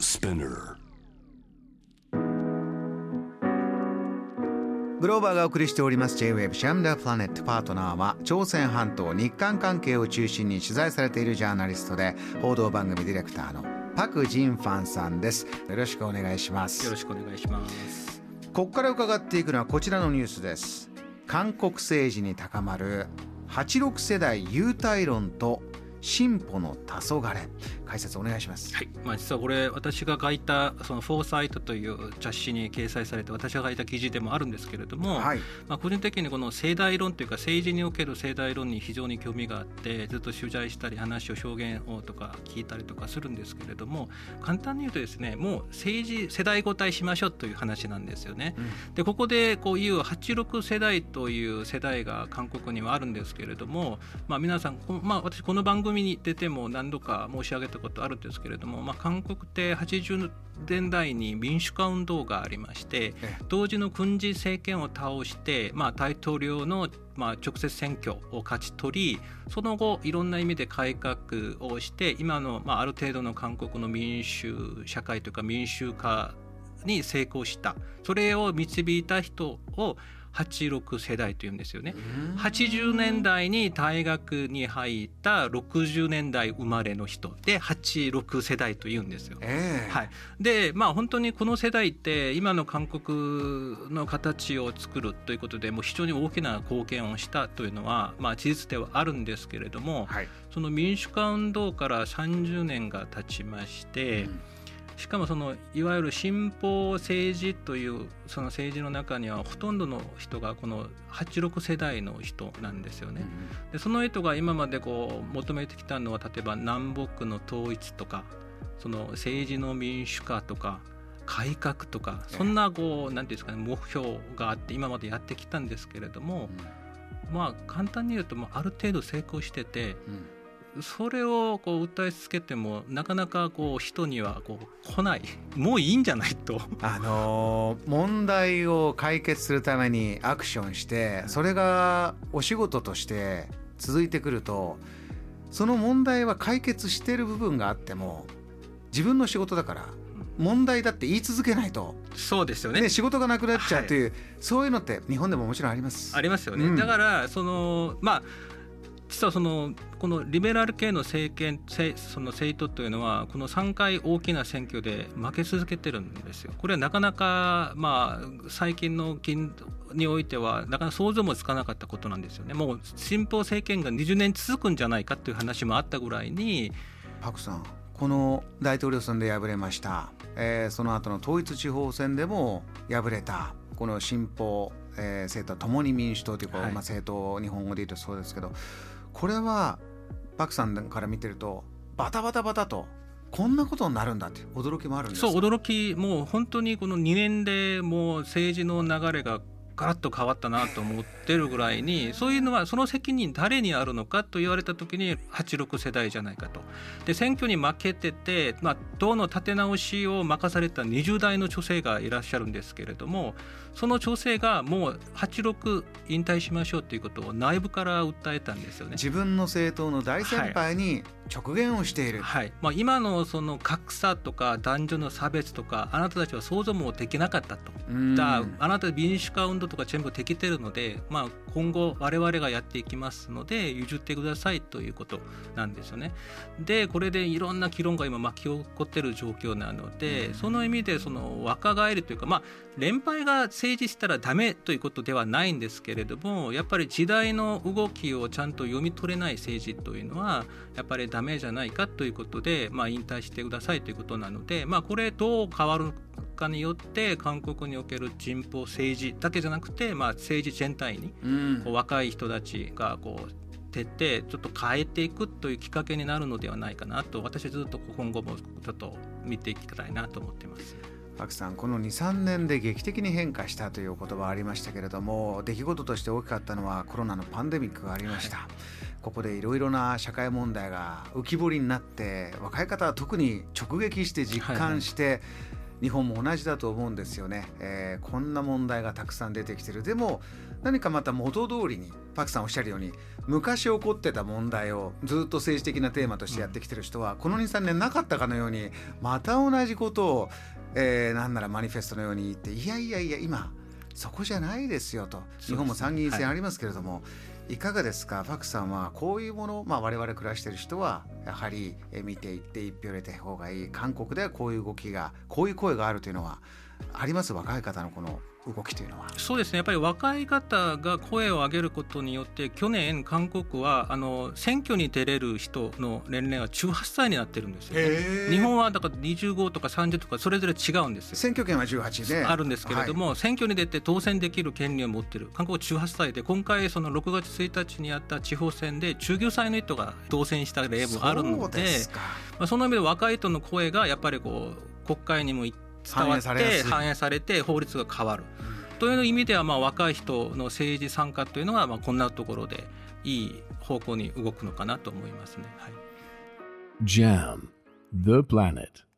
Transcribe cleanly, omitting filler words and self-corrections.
Spinner。 グローバーがお送りしております J-Wave シャムダープラネット。パートナーは朝鮮半島日韓関係を中心に取材されているジャーナリストで報道番組ディレクターのパク・ジンファンさんです。よろしくお願いします。 よろしくお願いします。 ここから伺っていくのはこちらのニュースです。韓国政治に高まる86世代優待論と進歩の黄昏、解説お願いします。 はい、実はこれ私が書いたそのフォーサイトという雑誌に掲載されて私が書いた記事でもあるんですけれども、 はい、 個人的にこの世代論というか政治における世代論に非常に興味があってずっと取材したり話を証言をとか聞いたりとかするんですけれども、簡単に言うとですね、もう政治世代交代しましょうという話なんですよね。でここでこういう86世代という世代が韓国にはあるんですけれども、皆さん、私この番組に出ても何度か申し上げたことあるんですけれども、韓国って80年代に民主化運動がありまして、同時の軍事政権を倒して、大統領の直接選挙を勝ち取り、その後いろんな意味で改革をして今の、ある程度の韓国の民主社会というか民主化に成功した、それを導いた人を86世代というんですよね。80年代に大学に入った60年代生まれの人で86世代というんですよ。はい、で本当にこの世代って今の韓国の形を作るということでもう非常に大きな貢献をしたというのは、事実ではあるんですけれども、はい、その民主化運動から30年が経ちまして、しかもそのいわゆる進歩政治というその政治の中にはほとんどの人がこの86世代の人なんですよね。でその人が今までこう求めてきたのは、例えば南北の統一とかその政治の民主化とか改革とか、そんなこうなんていうんですかね、目標があって今までやってきたんですけれども、簡単に言うとある程度成功してて、それをこう訴え続けてもなかなかこう人にはこう来ない、もういいんじゃないと、 問題を解決するためにアクションして、それがお仕事として続いてくると、その問題は解決している部分があっても自分の仕事だから問題だって言い続けないと、 そうですよね、 仕事がなくなっちゃうという、そういうのって日本でももちろんあります。 ありますよね。だからその実はこのリベラル系の政権、その政党というのはこの3回大きな選挙で負け続けてるんですよ。これはなかなか最近のにおいてはなかなか想像もつかなかったことなんですよね。もう進歩政権が20年続くんじゃないかという話もあったぐらいに。 パクさん、この大統領選で敗れました、その後の統一地方選でも敗れたこの進歩、政党共に民主党という政党、日本語で言うとそうですけど、これはパクさんから見てるとバタバタバタとこんなことになるんだって驚きもあるんですか？ そう、驚き、もう本当にこの2年でもう政治の流れがガラッと変わったなと思ってるぐらいに、そういうのはその責任誰にあるのかと言われた時に86世代じゃないかと。で選挙に負けてて、党の立て直しを任された20代の女性がいらっしゃるんですけれども、その女性がもう86引退しましょうということを内部から訴えたんですよね。 自分の政党の大先輩に直言をしている、 今のその格差とか男女の差別とかあなたたちは想像もできなかったと。あなた民主化運動とか全部できてるので、今後我々がやっていきますので譲ってくださいということなんですよね。でこれでいろんな議論が今巻き起こっている状況なので、その意味でその若返るというか、連敗が政治したらダメということではないんですけれども、やっぱり時代の動きをちゃんと読み取れない政治というのはやっぱりダメじゃないかということで、引退してくださいということなので、これどう変わるかによって韓国における進歩政治だけじゃなくて、政治全体に若い人たちが徹底ちょっと変えていくというきっかけになるのではないかなと、私はずっと今後もちょっと見ていきたいなと思っています。 パクさん、この 2,3 年で劇的に変化したという言葉ありましたけれども、出来事として大きかったのはコロナのパンデミックがありました、ここでいろいろな社会問題が浮き彫りになって、若い方は特に直撃して実感して、 日本も同じだと思うんですよね。こんな問題がたくさん出てきてる。でも何かまた元通りにパクさんおっしゃるように昔起こってた問題をずっと政治的なテーマとしてやってきてる人は、この 2,3 年なかったかのようにまた同じことを、なんならマニフェストのように言って、いや今そこじゃないですよと。日本も参議院選ありますけれども、いかがですかパクさんは。こういうもの、我々暮らしている人はやはり見ていって一票入れた方がいい。韓国ではこういう動きが、こういう声があるというのはあります。若い方のこの動きというのは。 そうですね、やっぱり若い方が声を上げることによって、去年韓国は選挙に出れる人の年齢が18歳になってるんですよね。日本はだから25とか30とかそれぞれ違うんですよ。 選挙権は18であるんですけれども、選挙に出て当選できる権利を持っている韓国18歳で、今回その6月1日にあった地方選で19歳の人が当選した例もあるので、その意味で若い人の声がやっぱりこう国会にも伝わって反映されて法律が変わる、という意味では若い人の政治参加というのがこんなところでいい方向に動くのかなと思いますね。はい。 JAM The Planet